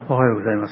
おはようございます。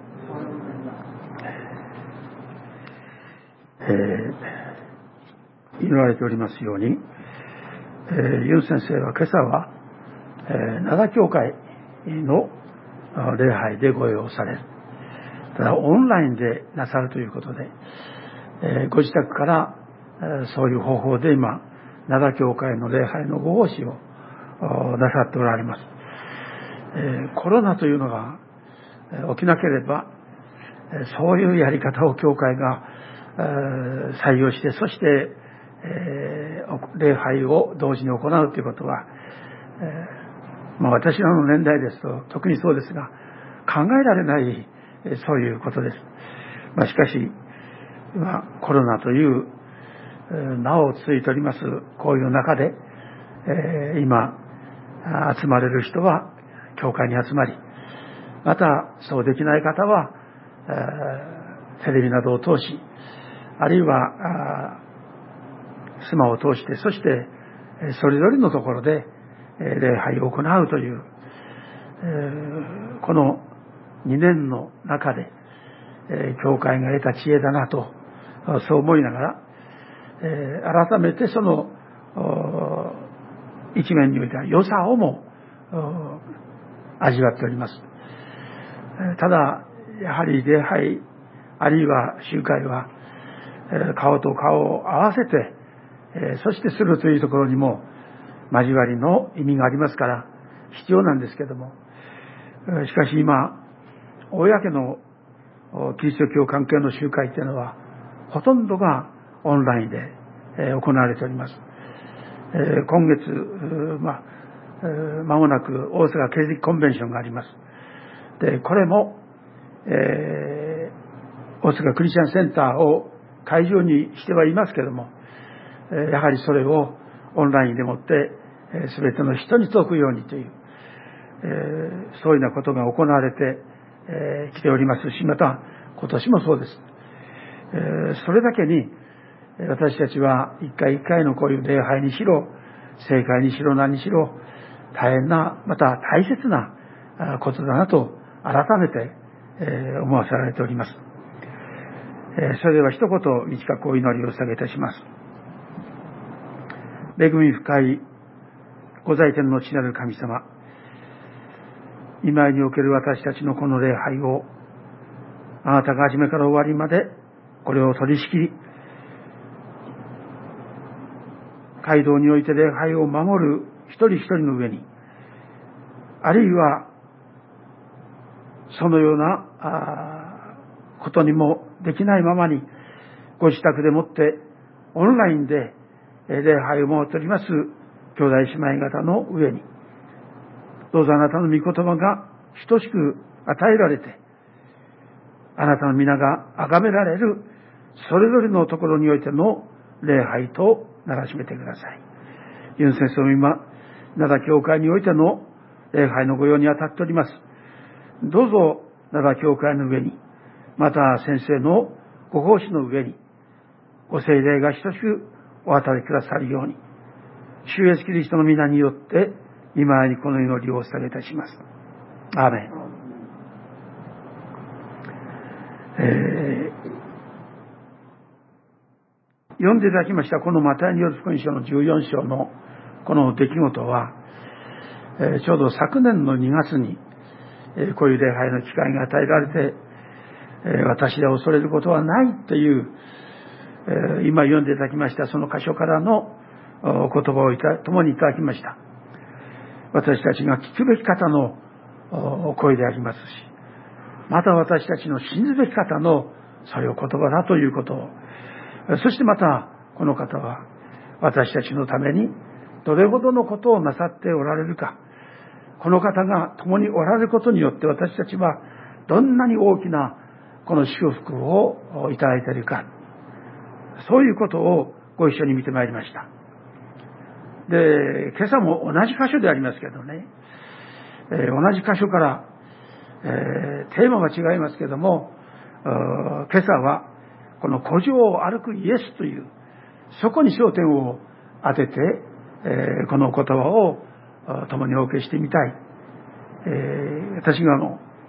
祈られておりますように、ユン先生は今朝は、灘教会の礼拝でご用される。ただオンラインでなさるということで、ご自宅からそういう方法で今灘教会の礼拝のご奉仕をなさっておられます。コロナというのが起きなければ、そういうやり方を教会が採用して、そして、礼拝を同時に行うということは、私らの年代ですと特にそうですが、考えられないそういうことです。しかしコロナという名をついておりますこういう中で、今集まれる人は教会に集まり、またそうできない方はテレビなどを通し、あるいはスマホを通して、そしてそれぞれのところで礼拝を行うという、この2年の中で教会が得た知恵だなと、そう思いながら、改めてその一面においては良さをも味わっております。ただやはり礼拝あるいは集会は顔と顔を合わせて、そしてするというところにも交わりの意味がありますから必要なんですけども、しかし今公のキリスト教関係の集会というのはほとんどがオンラインで行われております。今月間もなく大阪ケルリックコンベンションがあります。でこれも、大阪クリスチャンセンターを会場にしてはいますけども、やはりそれをオンラインでもって全ての人に届くようにという、そういうようなことが行われてきておりますし、また今年もそうです。それだけに私たちは一回一回のこういう礼拝にしろ聖会にしろ何にしろ大変な、また大切なことだなと改めて思わせられております。それでは一言短くお祈りを捧げいたします。恵み深いご在天の父なる神様、今における私たちのこの礼拝をあなたが初めから終わりまでこれを取り仕切り、街道において礼拝を守る一人一人の上に、あるいはそのようなことにもできないままにご自宅でもってオンラインで礼拝を守っております兄弟姉妹方の上に、どうぞあなたの御言葉が等しく与えられて、あなたの皆が崇められるそれぞれのところにおいての礼拝とならしめてください。ユン先生も今灘教会においての礼拝の御用に当たっております。どうぞ灘教会の上に、また先生のご奉仕の上にご聖霊が等しくお与えくださるように、主イエスキリストの皆によって今にこの祈りをお捧げいたします。アーメン。読んでいただきましたこのマタイによる福音書の14章のこの出来事は、ちょうど昨年の2月にこういう礼拝の機会が与えられて、私は恐れることはないという、今読んでいただきましたその箇所からの言葉を共にいただきました。私たちが聞くべき方の声でありますし、また私たちの信ずべき方のそれを言葉だということを、そしてまたこの方は私たちのためにどれほどのことをなさっておられるか、この方が共におられることによって私たちはどんなに大きなこの祝福をいただいているか、そういうことをご一緒に見てまいりました。で、今朝も同じ箇所でありますけどね、同じ箇所から、テーマは違いますけども、今朝はこの古城を歩くイエスという、そこに焦点を当てて、この言葉を共にお受けしてみたい。私が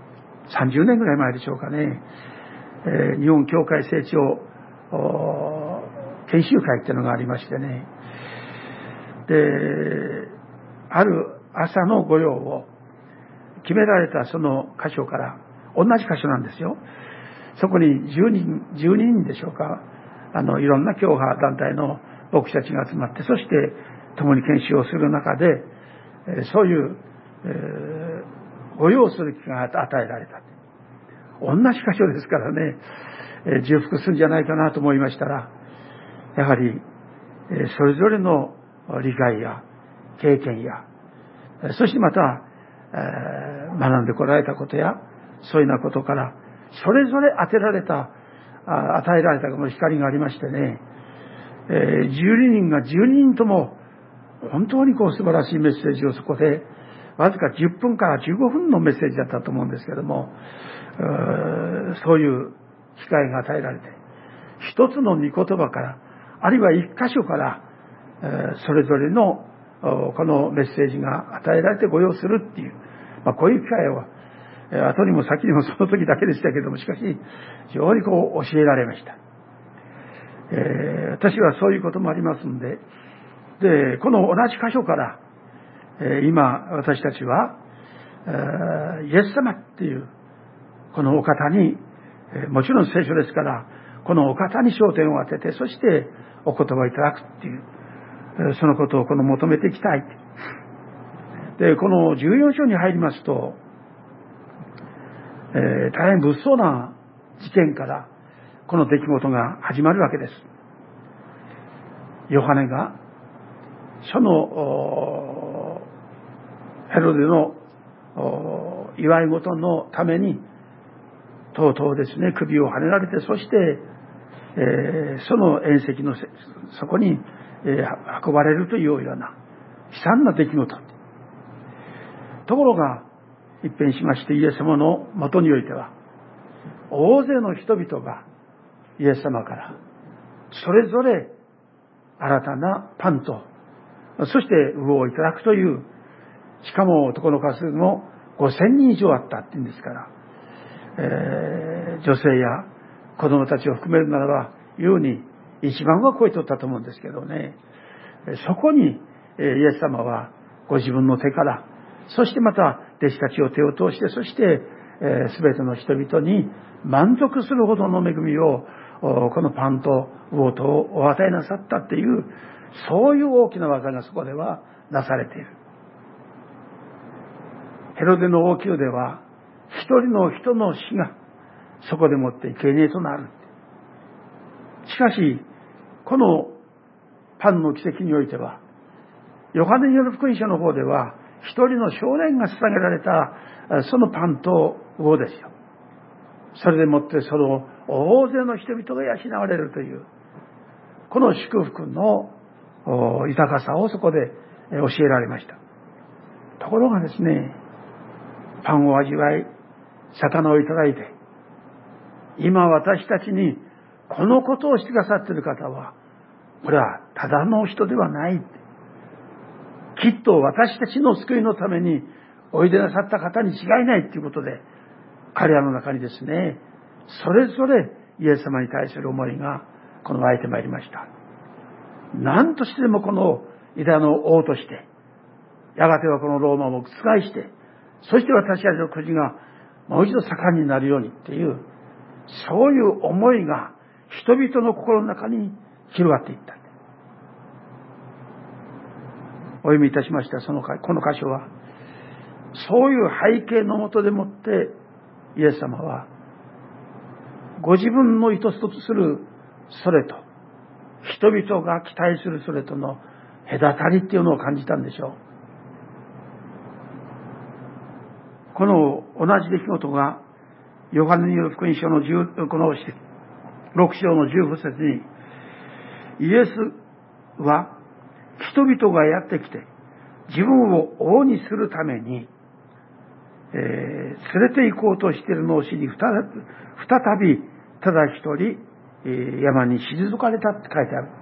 30年ぐらい前でしょうかね、日本教会成長研修会っていうのがありましてね、である朝の御用を決められたその箇所から同じ箇所なんですよ。そこに12人でしょうか、いろんな教派団体の牧師たちが集まって、そして共に研修をする中で、そういう、御用する機会が与えられた。同じ箇所ですからね、重複するんじゃないかなと思いましたら、やはり、それぞれの理解や経験や、そしてまた、学んでこられたことや、そういうようなことから、それぞれ与えられたこの光がありましてね、12人が12人とも本当に素晴らしいメッセージをそこでわずか10分から15分のメッセージだったと思うんですけども、そういう機会が与えられて、一つの御言葉からあるいは一箇所からそれぞれのこのメッセージが与えられてご用するっていう、こういう機会を後にも先にもその時だけでしたけども、しかし非常に教えられました。私はそういうこともありますんで、この同じ箇所から、今私たちはイエス様っていうこのお方に、もちろん聖書ですからこのお方に焦点を当てて、そしてお言葉をいただくっていう、そのことを求めていきたい。でこの14章に入りますと、大変物騒な事件からこの出来事が始まるわけです。ヨハネがそのヘロデの祝い事のためにとうとうですね、首をはねられて、そして、その宴席のそこに、運ばれるというような悲惨な出来事。ところが一変しまして、イエス様の元においては大勢の人々がイエス様からそれぞれ新たなパンと、そして魚をいただくという、しかも男の数も5000人以上あったっていうんですから、女性や子供たちを含めるならば優に1万は超えとったと思うんですけどね、そこにイエス様はご自分の手から、そしてまた弟子たちを手を通して、そして全ての人々に満足するほどの恵みをこのパンと魚とをお与えなさったっていう、そういう大きな技がそこではなされている。ヘロデの王宮では一人の人の死がそこでもって生贄となる。しかしこのパンの奇跡においては、ヨハネによる福音書の方では一人の少年が捧げられたそのパンと魚ですよ。それでもってその大勢の人々が養われるという、この祝福の豊かさをそこで教えられました。ところがですね、パンを味わい魚をいただいて、今私たちにこのことをしてくださっている方は、これはただの人ではない。きっと私たちの救いのためにおいでなさった方に違いないということで、彼らの中にですね、それぞれイエス様に対する思いが湧いてまいりました。何としてもこのユダヤの王として、やがてはこのローマも覆して、そして私たちの国がもう一度盛んになるようにっていう、そういう思いが人々の心の中に広がっていった。お読みいたしましたこの箇所は、そういう背景のもとでもってイエス様はご自分の意図とするそれと人々が期待するそれとの隔たりっていうのを感じたんでしょう。この同じ出来事がヨハネによる福音書のこの6章の15節に、イエスは人々がやってきて自分を王にするために、連れて行こうとしているのを知り、再びただ一人、山に退かれたって書いてある。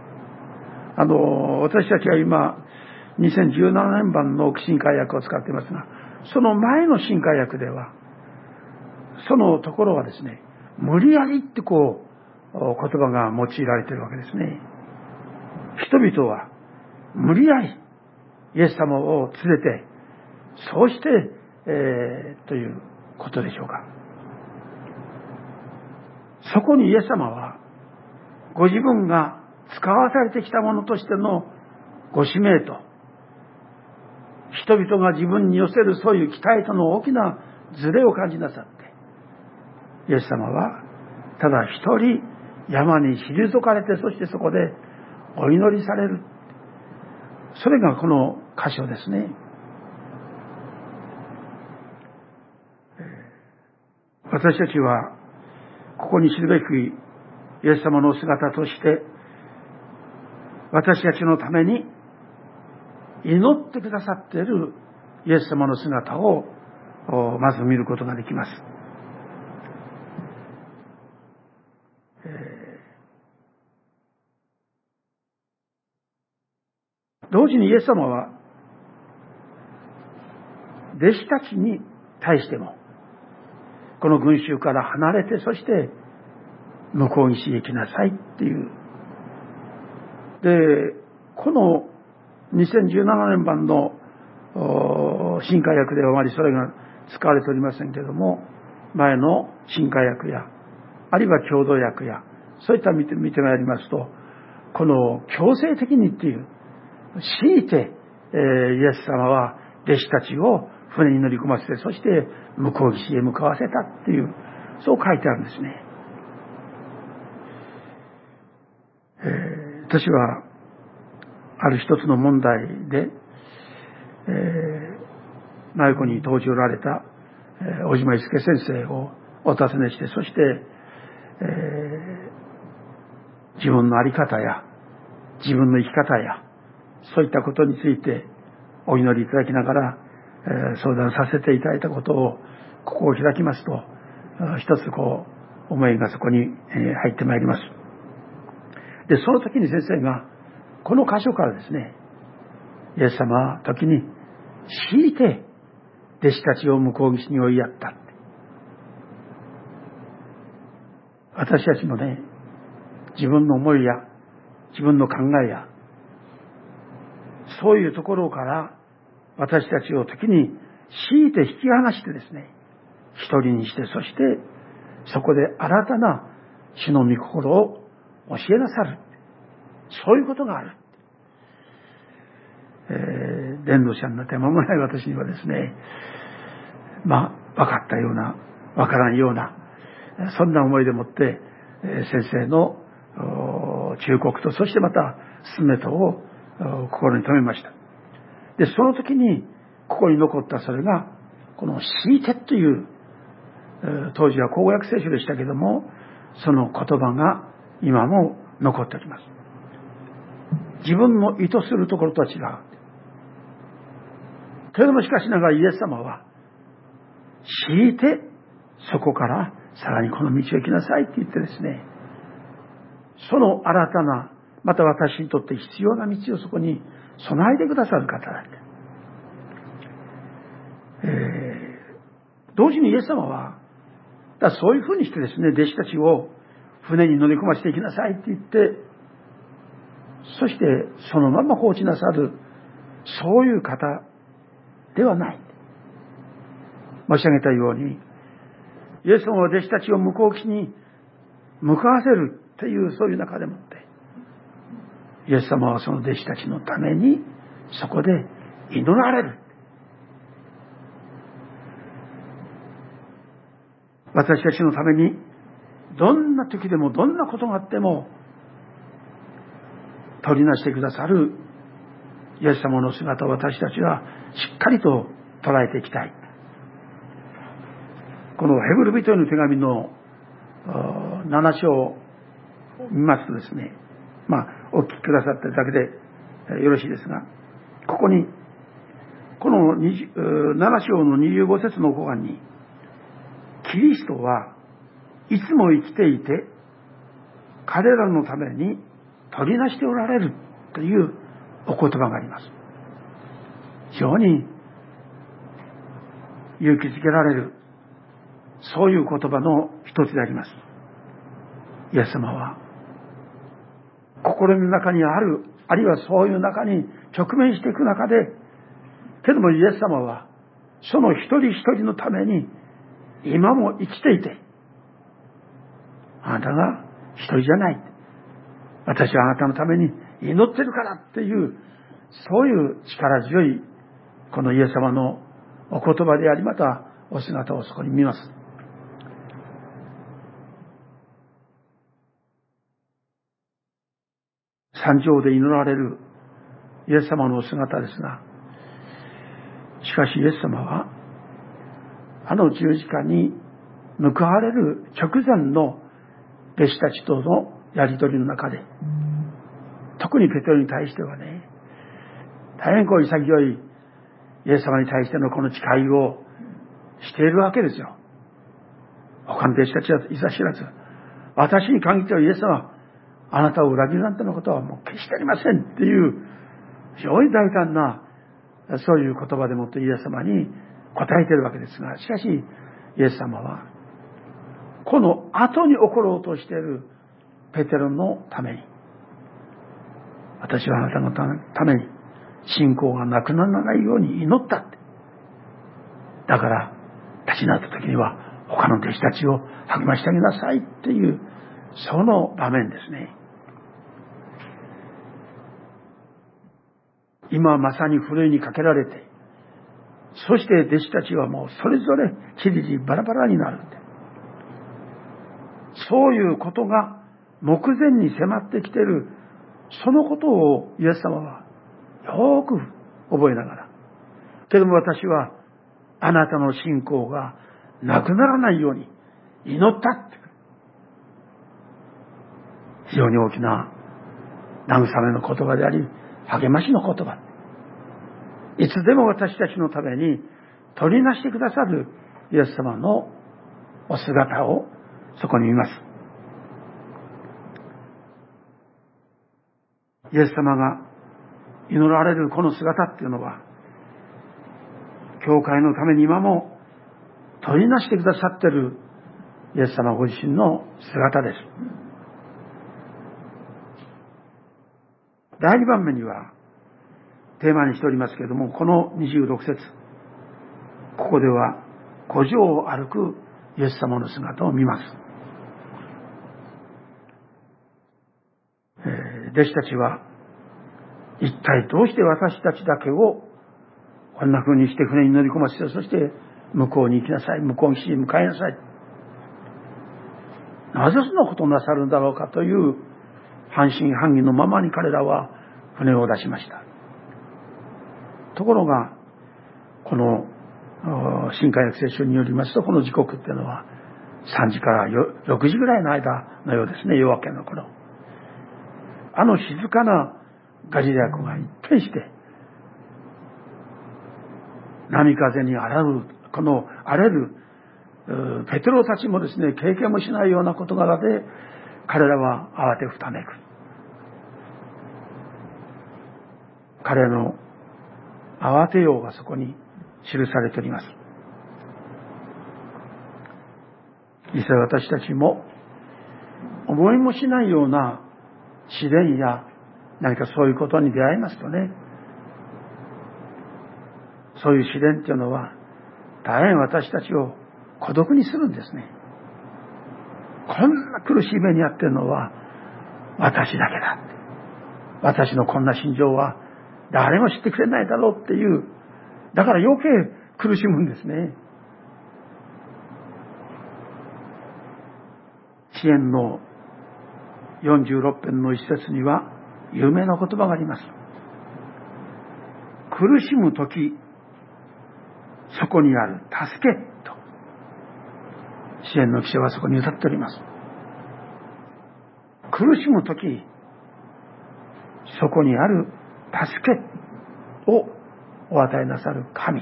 私たちは今2017年版の新海訳を使っていますが、その前の新海訳ではそのところはですね、無理やりって言葉が用いられているわけですね。人々は無理やりイエス様を連れて、そうして、ということでしょうか。そこにイエス様はご自分が使わされてきたものとしてのご使命と、人々が自分に寄せるそういう期待との大きなズレを感じなさって、イエス様はただ一人山に退かれて、そしてそこでお祈りされる。それがこの箇所ですね。私たちはここに知るべきイエス様の姿として、私たちのために祈ってくださっているイエス様の姿をまず見ることができます。同時にイエス様は弟子たちに対しても、この群衆から離れて、そして向こう岸へ行きなさいっていう。で、この2017年版の新海訳ではあまりそれが使われておりませんけれども、前の新海訳や、あるいは共同訳や、そういった見てまいりますと、この強制的にっていう、強いて、イエス様は弟子たちを船に乗り込ませて、そして向こう岸へ向かわせたっていう、そう書いてあるんですね。私はある一つの問題で、真由子に当時おられた、小島伊助先生をお尋ねして、そして、自分の在り方や自分の生き方やそういったことについてお祈りいただきながら、相談させていただいたことをここを開きますと、一つ思いがそこに入ってまいります。で、その時に先生がこの箇所からですね、イエス様は時に強いて弟子たちを向こう岸に追いやった。私たちもね、自分の思いや自分の考えやそういうところから私たちを時に強いて引き離してですね、一人にして、そしてそこで新たな主の御心を教えなさる、そういうことがある。伝道者になって間もない私にはですね、分かったような分からんような、そんな思いでもって先生の忠告と、そしてまた勧めとを心に留めました。で、その時にここに残ったそれがこの強いてという、当時は口語訳聖書でしたけども、その言葉が今も残っております。自分の意図するところとは違う。けれどもしかしながらイエス様は強いてそこからさらにこの道を行きなさいって言ってですね、その新たな、また私にとって必要な道をそこに備えてくださる方だって。同時にイエス様はそういうふうにしてですね、弟子たちを船に乗り込ませていきなさいって言って、そしてそのまま放置なさる、そういう方ではない。申し上げたように、イエス様は弟子たちを向こう岸に向かわせるっていう、そういう中でもって、イエス様はその弟子たちのためにそこで祈られる。私たちのためにどんな時でもどんなことがあっても取りなしてくださるイエス様の姿を私たちはしっかりと捉えていきたい。このヘブル人への手紙の7章を見ますとですね、お聞きくださっているだけでよろしいですが、ここにこの7章の25節の後半に、キリストはいつも生きていて彼らのために取りなしておられるというお言葉があります。非常に勇気づけられるそういう言葉の一つであります。イエス様は心の中にある、あるいはそういう中に直面していく中で、けどもイエス様はその一人一人のために今も生きていて、あなたが一人じゃない、私はあなたのために祈ってるからっていう、そういう力強いこのイエス様のお言葉であり、またお姿をそこに見ます。山上で祈られるイエス様のお姿ですが、しかしイエス様はあの十字架に報われる直前の弟子たちとのやり取りの中で、特にペテロに対してはね、大変潔いイエス様に対してのこの誓いをしているわけですよ。他の弟子たちはいざ知らず、私に限ってはイエス様、あなたを裏切るなんてのことはもう決してありませんっていう非常に大胆なそういう言葉でもってイエス様に答えているわけですが、しかしイエス様はこの後に起ころうとしているペテロのために、私はあなたのために信仰がなくならないように祈ったって。だから立ち直った時には他の弟子たちを励ましてあげなさいっていう、その場面ですね。今まさにふるいにかけられて、そして弟子たちはもうそれぞれちりりバラバラになるって、そういうことが目前に迫ってきている、そのことをイエス様はよく覚えながら、けども私はあなたの信仰がなくならないように祈ったって、非常に大きな慰めの言葉であり、励ましの言葉。いつでも私たちのために取りなしてくださるイエス様のお姿をそこに見ます。イエス様が祈られるこの姿っていうのは、教会のために今も取りなしてくださっているイエス様ご自身の姿です。第2番目にはテーマにしておりますけれども、この26節、ここでは古城を歩くイエス様の姿を見ます。弟子たちは一体どうして私たちだけをこんな風にして船に乗り込ませて、そして向こうに行きなさい、向こう岸に向かいなさい、なぜそんなことをなさるんだろうかという半信半疑のままに彼らは船を出しました。ところがこの新海約聖書によりますと、この時刻っていうのは3時から6時ぐらいの間のようですね。夜明けの頃、あの静かなガリレア湖が一変して、波風に荒うこの荒れるペテロたちもですね、経験もしないような事柄で彼らは慌てふためく。彼の慌てようがそこに記されております。実際私たちも思いもしないような試練や何かそういうことに出会いますとね、そういう試練というのは大変私たちを孤独にするんですね。こんな苦しい目に遭っているのは私だけだ、私のこんな心情は誰も知ってくれないだろうっていう、だから余計苦しむんですね。詩編の46編の一節には有名な言葉があります。苦しむときそこにある助けと、詩編の記者はそこに歌っております。苦しむときそこにある助けをお与えなさる神。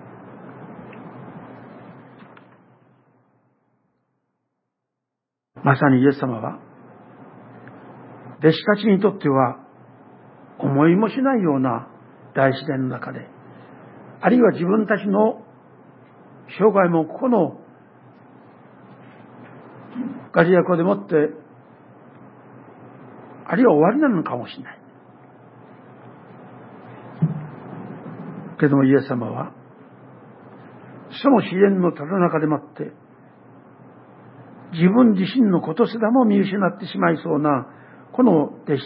まさにイエス様は弟子たちにとっては思いもしないような大自然の中で、あるいは自分たちの生涯もここのガリア湖でもって、あるいは終わりなのかもしれない。けどもイエス様は、その試練のただ中でもって、自分自身のことすらも見失ってしまいそうな、この弟子たち。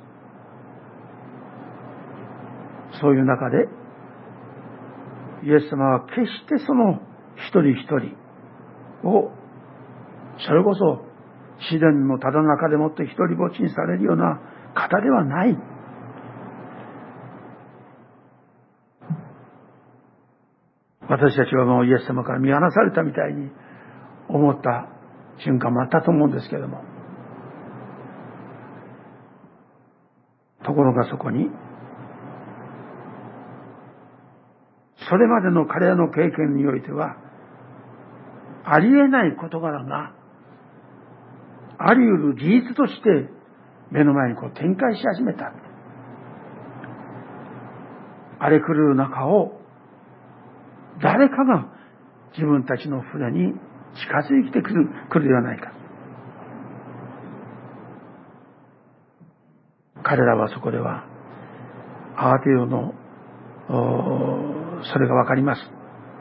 そういう中で、イエス様は決してその一人一人を、それこそ試練のただ中でもって一人ぼっちにされるような方ではない。私たちはもうイエス様から見放されたみたいに思った瞬間もあったと思うんですけれども、ところがそこに、それまでの彼らの経験においては、ありえない事柄が、あり得る事実として目の前に展開し始めた。荒れ狂う中を、誰かが自分たちの船に近づいてくるではないか。彼らはそこでは慌てようのそれがわかります。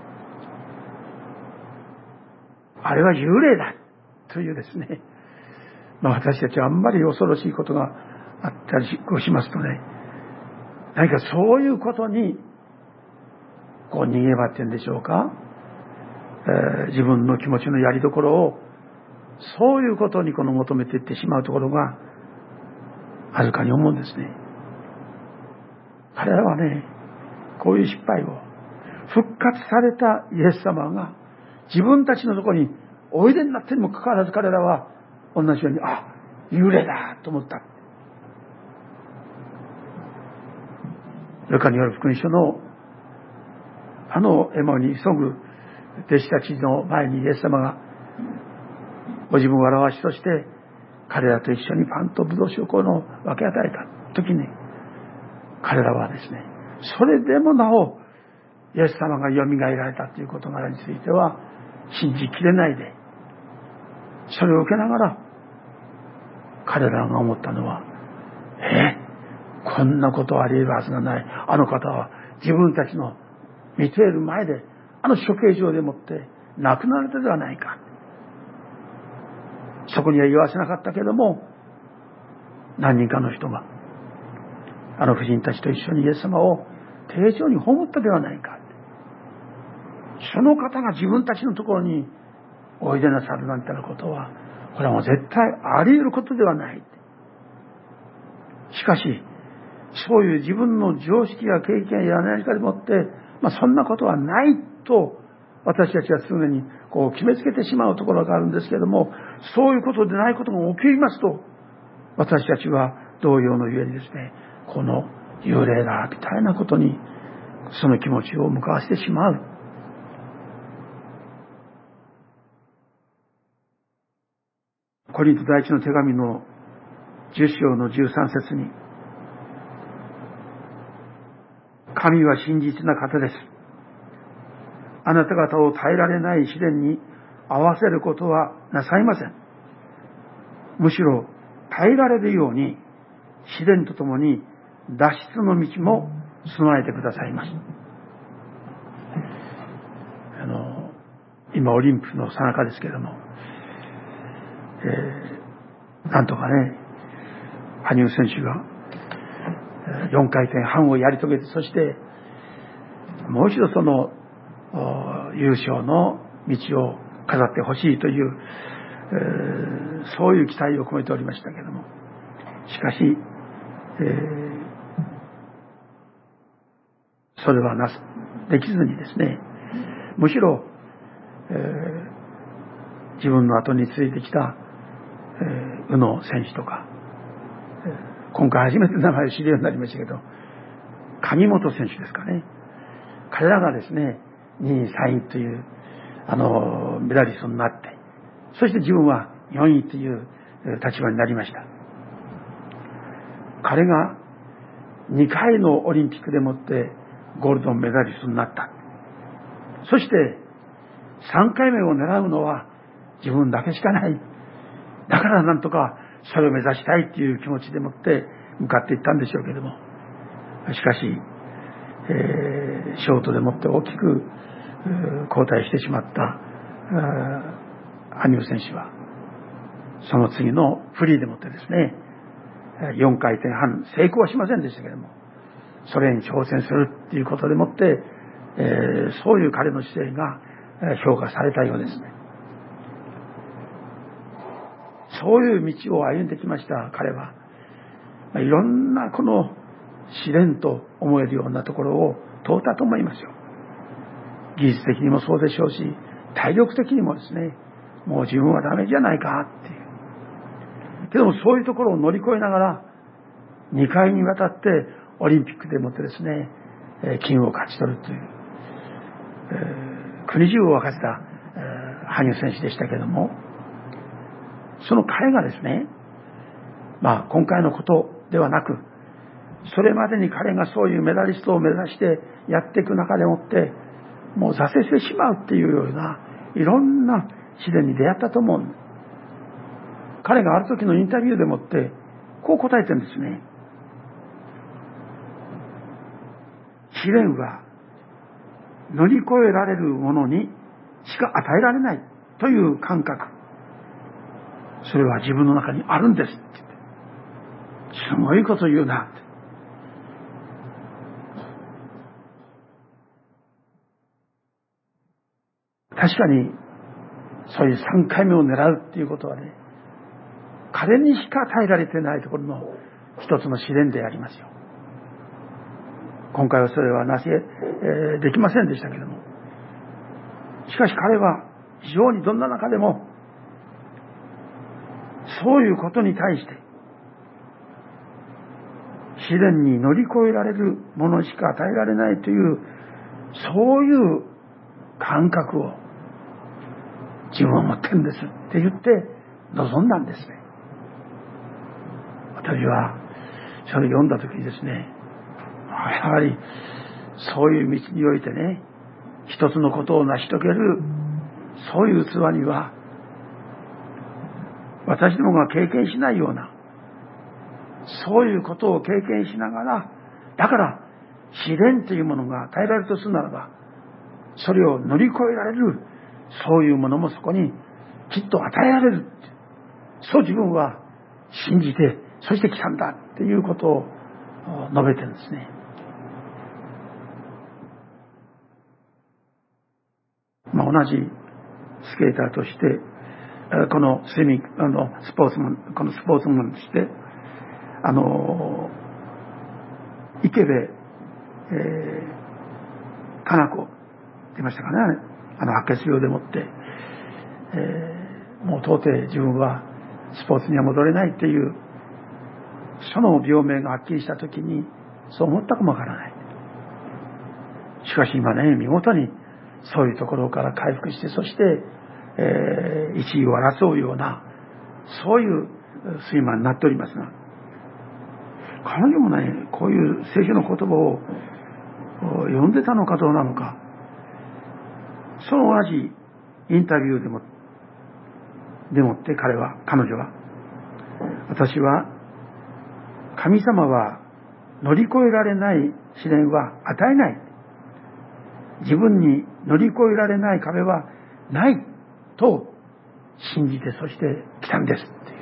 あれは幽霊だというですね、私たちはあんまり恐ろしいことがあったりしますとね、何かそういうことに逃げ場っていうんでしょうか、自分の気持ちのやりどころをそういうことに求めていってしまうところがあるかに思うんですね。彼らはね、こういう失敗を、復活されたイエス様が自分たちのところにおいでになってにもかかわらず、彼らは同じように、幽霊だと思った。ルカによる福音書のエマオに急ぐ弟子たちの前にイエス様がご自分を表しとして彼らと一緒にパンとブドウ酒を分け与えた時に、彼らはですね、それでもなおイエス様がよみがえられたという事柄については信じきれないで、それを受けながら彼らが思ったのは、こんなことあり得るはずがない。あの方は自分たちの見ている前で処刑場でもって亡くなられたではないか。そこには言わせなかったけれども、何人かの人が婦人たちと一緒にイエス様を丁重に葬ったではないか。その方が自分たちのところにおいでなさるなんてなことは、これはもう絶対あり得ることではない。しかしそういう自分の常識や経験や何かでもって、そんなことはないと私たちはすぐに決めつけてしまうところがあるんですけれども、そういうことでないことが起きますと、私たちは同様のゆえにですね、この幽霊だみたいなことにその気持ちを向かわせてしまう。コリント第一の手紙の10章の13節に、神は真実な方です。あなた方を耐えられない試練に合わせることはなさいません。むしろ耐えられるように試練とともに脱出の道も備えてくださいます。今オリンピックの最中ですけれども、なんとかね、羽生選手が4回転半をやり遂げて、そしてもう一度その優勝の道を飾ってほしいという、そういう期待を込めておりましたけれども、しかし、それはできずにですね、むしろ、自分の後についてきた、宇野選手とか、今回初めて名前を知るようになりましたけど、上本選手ですかね、彼らがですね2位3位というメダリストになって、そして自分は4位という立場になりました。彼が2回のオリンピックでもってゴールドメダリストになった。そして3回目を狙うのは自分だけしかない。 だからなんとかそれを目指したいっていう気持ちでもって向かっていったんでしょうけども、しかし、ショートでもって大きく後退してしまった羽生選手は、その次のフリーでもってですね、4回転半成功はしませんでしたけれども、それに挑戦するっていうことでもって、そういう彼の姿勢が評価されたようですね。そういう道を歩んできました彼は、いろんなこの試練と思えるようなところを通ったと思いますよ。技術的にもそうでしょうし、体力的にもですね、もう自分はダメじゃないかっていう。けどもそういうところを乗り越えながら、2回にわたってオリンピックでもってですね、金を勝ち取るという、国中を沸かせた、羽生選手でしたけども、その彼がですね、今回のことではなく、それまでに彼がそういうメダリストを目指してやっていく中でもって、もう挫折してしまうっていうようないろんな試練に出会ったと思う。彼がある時のインタビューでもってこう答えてるんですね。試練は乗り越えられるものにしか与えられないという感覚、それは自分の中にあるんですって言って、すごいこと言うなって。確かにそういう3回目を狙うっていうことはね、彼にしか与えられていないところの一つの試練でありますよ。今回はそれはできませんでしたけれども、しかし彼は非常にどんな中でもそういうことに対して試練に乗り越えられるものしか与えられないという、そういう感覚を自分は持ってるんですって言って臨んだんですね。私はそれを読んだ時にですね、やはりそういう道においてね、一つのことを成し遂げるそういう器には私どもが経験しないような、そういうことを経験しながら、だから試練というものが与えられるとするならば、それを乗り越えられるそういうものもそこにきっと与えられる、そう自分は信じて、そして来たんだっていうことを述べてるんですね。同じスケーターとして、このスポーツマンとして、池部、かな子って言いましたかね、白血病でもって、もう到底自分はスポーツには戻れないっていう、その病名がはっきりしたときにそう思ったかもわからない。しかし今ね、見事にそういうところから回復して、そして、1位を争うようなそういうスイマーになっておりますが、彼女もね、こういう聖書の言葉を読んでたのかどうなのか、その同じインタビューでもって彼女は、私は神様は乗り越えられない試練は与えない、自分に乗り越えられない壁はないと信じて、そして来たんですっていう、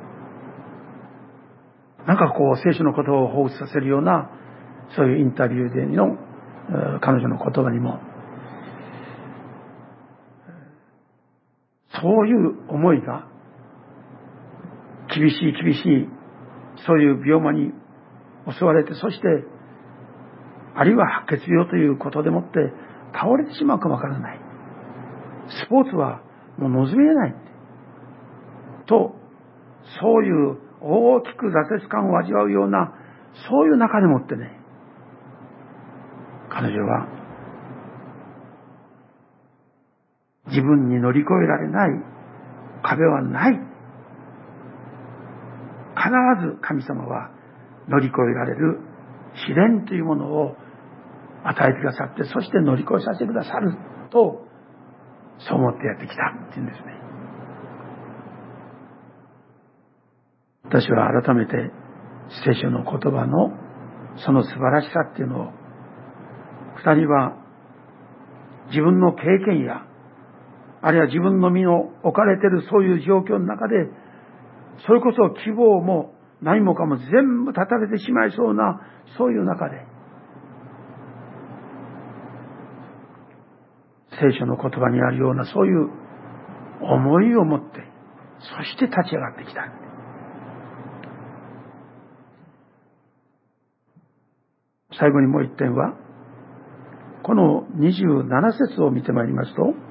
なんかこう聖書の言葉を彷彿させるような、そういうインタビューでの彼女の言葉にもそういう思いが、厳しいそういう病魔に襲われて、そしてあるいは白血病ということでもって倒れてしまうかもわからない、スポーツはもう望めないと、そういう大きく挫折感を味わうような、そういう中でもってね、彼女は自分に乗り越えられない壁はない、必ず神様は乗り越えられる試練というものを与えてくださって、そして乗り越えさせてくださると、そう思ってやってきたっていうんですね。 私は改めて聖書の言葉のその素晴らしさっていうのを、二人は自分の経験や、あるいは自分の身の置かれているそういう状況の中で、それこそ希望も何もかも全部断たれてしまいそうな、そういう中で、聖書の言葉にあるようなそういう思いを持って、そして立ち上がってきた。最後にもう一点は、この27節を見てまいりますと、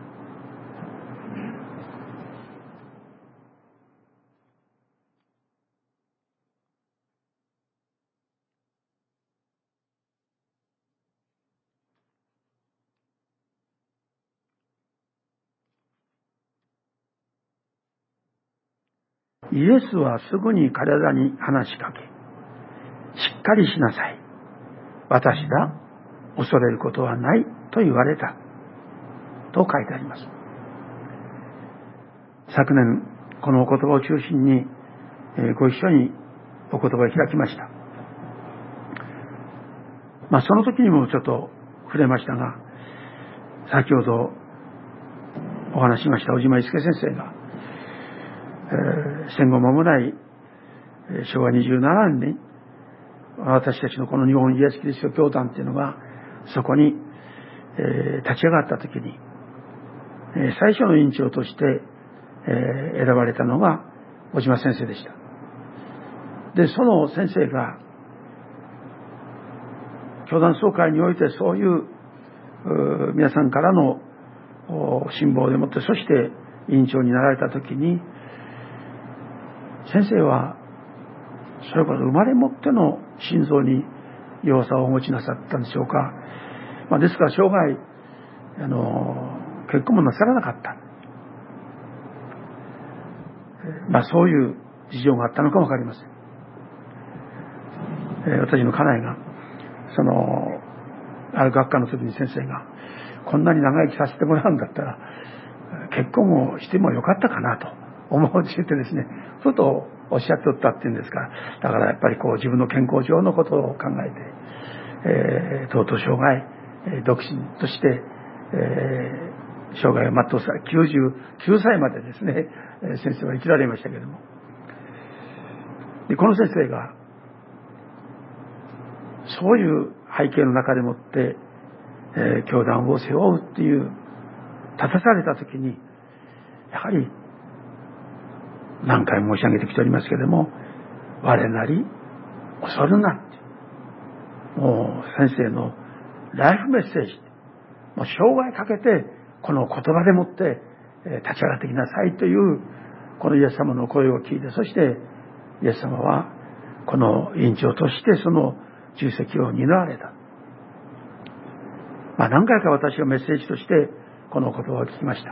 イエスはすぐに彼らに話しかけ、しっかりしなさい。私だ。恐れることはないと言われた。と書いてあります。昨年、このお言葉を中心に、ご一緒にお言葉を開きました。その時にもちょっと触れましたが、先ほどお話ししました小島一介先生が、戦後間もない昭和27年に私たちのこの日本イエスキリスト教団っていうのがそこに、立ち上がった時に、最初の委員長として選ばれたのが小島先生でした。で、その先生が教団総会においてそういう皆さんからの辛抱でもって、そして委員長になられた時に、先生はそれこそ生まれ持っての心臓に弱さをお持ちなさったんでしょうか。ですから生涯結婚もなさらなかった。そういう事情があったのかもわかりません。私の家内がある学科の時に先生が、こんなに長生きさせてもらうんだったら結婚をしてもよかったかなと思うって言ってですね、ちょっとおっしゃっておったっていうんですから、だからやっぱり自分の健康上のことを考えて、とうとう生涯、独身として、生涯を全うされ99歳までですね、先生は生きられましたけれども、でこの先生がそういう背景の中でもって、教団を背負うっていう立たされた時に、やはり何回も申し上げてきておりますけれども、我なり恐るなって、もう先生のライフメッセージ、もう生涯かけてこの言葉でもって立ち上がってきなさいというこのイエス様の声を聞いて、そしてイエス様はこの委員長としてその重責を担われた。何回か私はメッセージとしてこの言葉を聞きました。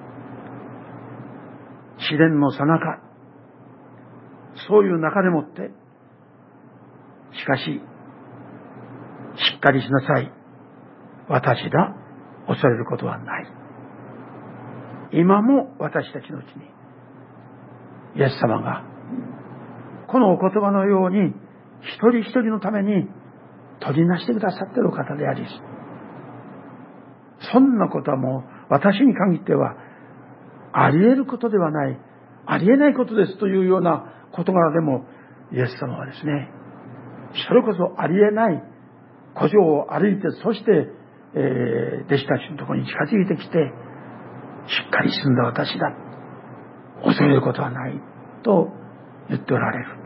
試練の最中、そういう中でもって、しかししっかりしなさい。私だ。恐れることはない。今も私たちのうちにイエス様がこのお言葉のように一人一人のために取りなしてくださっているお方であり、そんなことはもう私に限ってはあり得ることではない、あり得ないことですというような事柄でも、イエス様はですね、それこそあり得ない古城を歩いて、そして、弟子たちのところに近づいてきて、しっかり住んだ私だ、恐れることはないと言っておられる。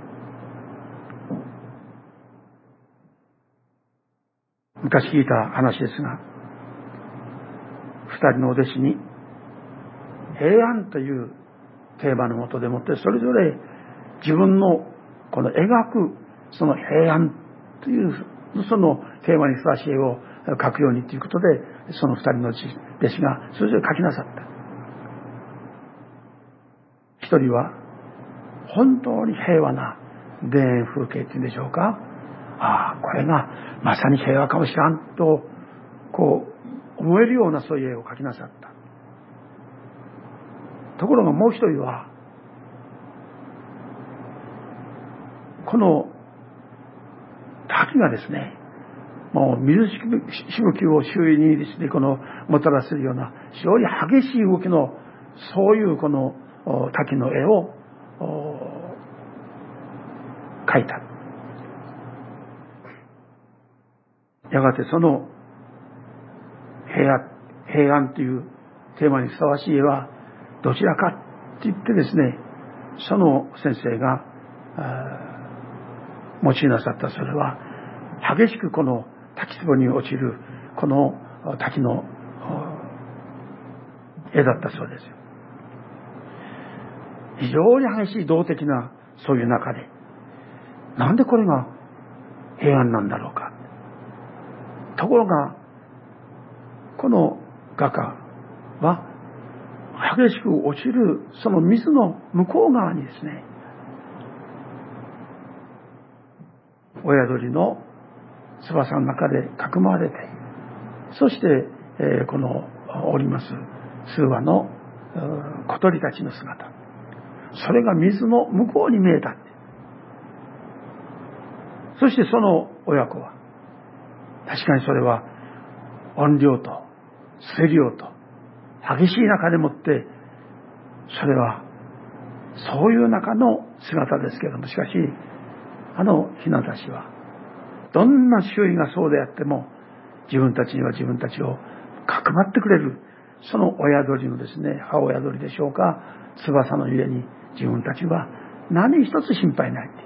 昔聞いた話ですが、二人のお弟子に平安というテーマのもとでもって、それぞれ自分のこの描くその平安というそのテーマにふさわしい絵を描くようにということで、その二人の弟子がそれぞれ描きなさった。一人は本当に平和な田園風景っていうんでしょうか、これがまさに平和かもしらんと思えるようなそういう絵を描きなさった。ところがもう一人はこの滝がですね、もう水しぶきを周囲にですね、このもたらせるような非常に激しい動きの、そういうこの滝の絵を描いた。やがてその平安というテーマにふさわしい絵はどちらかって言ってですね、その先生が用いなさったそれは、激しくこの滝壺に落ちるこの滝の絵だったそうですよ。非常に激しい動的なそういう中で、なんでこれが平安なんだろうか。ところがこの画家は激しく落ちるその水の向こう側にですね、親鳥の翼の中でかくまわれて、そしてこのおります数羽の小鳥たちの姿、それが水の向こうに見えた。そしてその親子は、確かにそれは怨霊と水量と激しい中でもって、それはそういう中の姿ですけれども、しかしあのヒナたちはどんな周囲がそうであっても、自分たちには自分たちをかくまってくれる、その親鳥のですね、母親鳥でしょうか、翼のゆえに自分たちは何一つ心配ないっていう、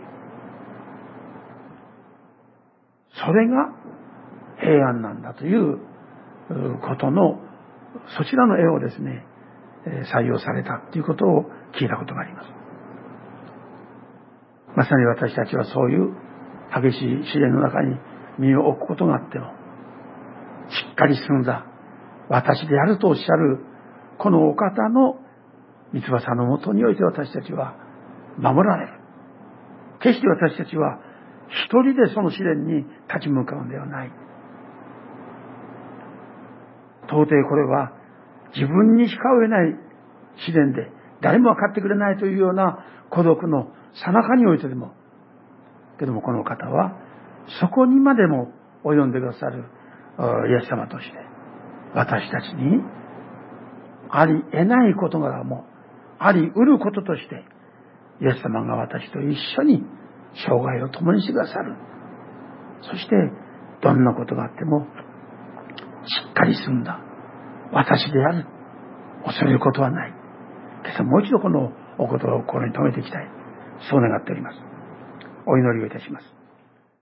それが平安なんだということの、そちらの絵をですね採用されたということを聞いたことがあります。まさに私たちはそういう激しい試練の中に身を置くことがあっても、しっかり進んだ私であるとおっしゃるこのお方の御翼のもとにおいて、私たちは守られる。決して私たちは一人でその試練に立ち向かうのではない。到底これは自分にしか負えない試練で、誰も分かってくれないというような孤独の最中においてでも、けどもこの方はそこにまでも及んでくださるイエス様として、私たちにあり得ない事柄もあり得ることとして、イエス様が私と一緒に生涯を共にしてくださる。そしてどんなことがあってもしっかり進んだ私である、恐れることはない。今朝もう一度このお言葉を心に留めていきたい、そう願っております。お祈りをいたします。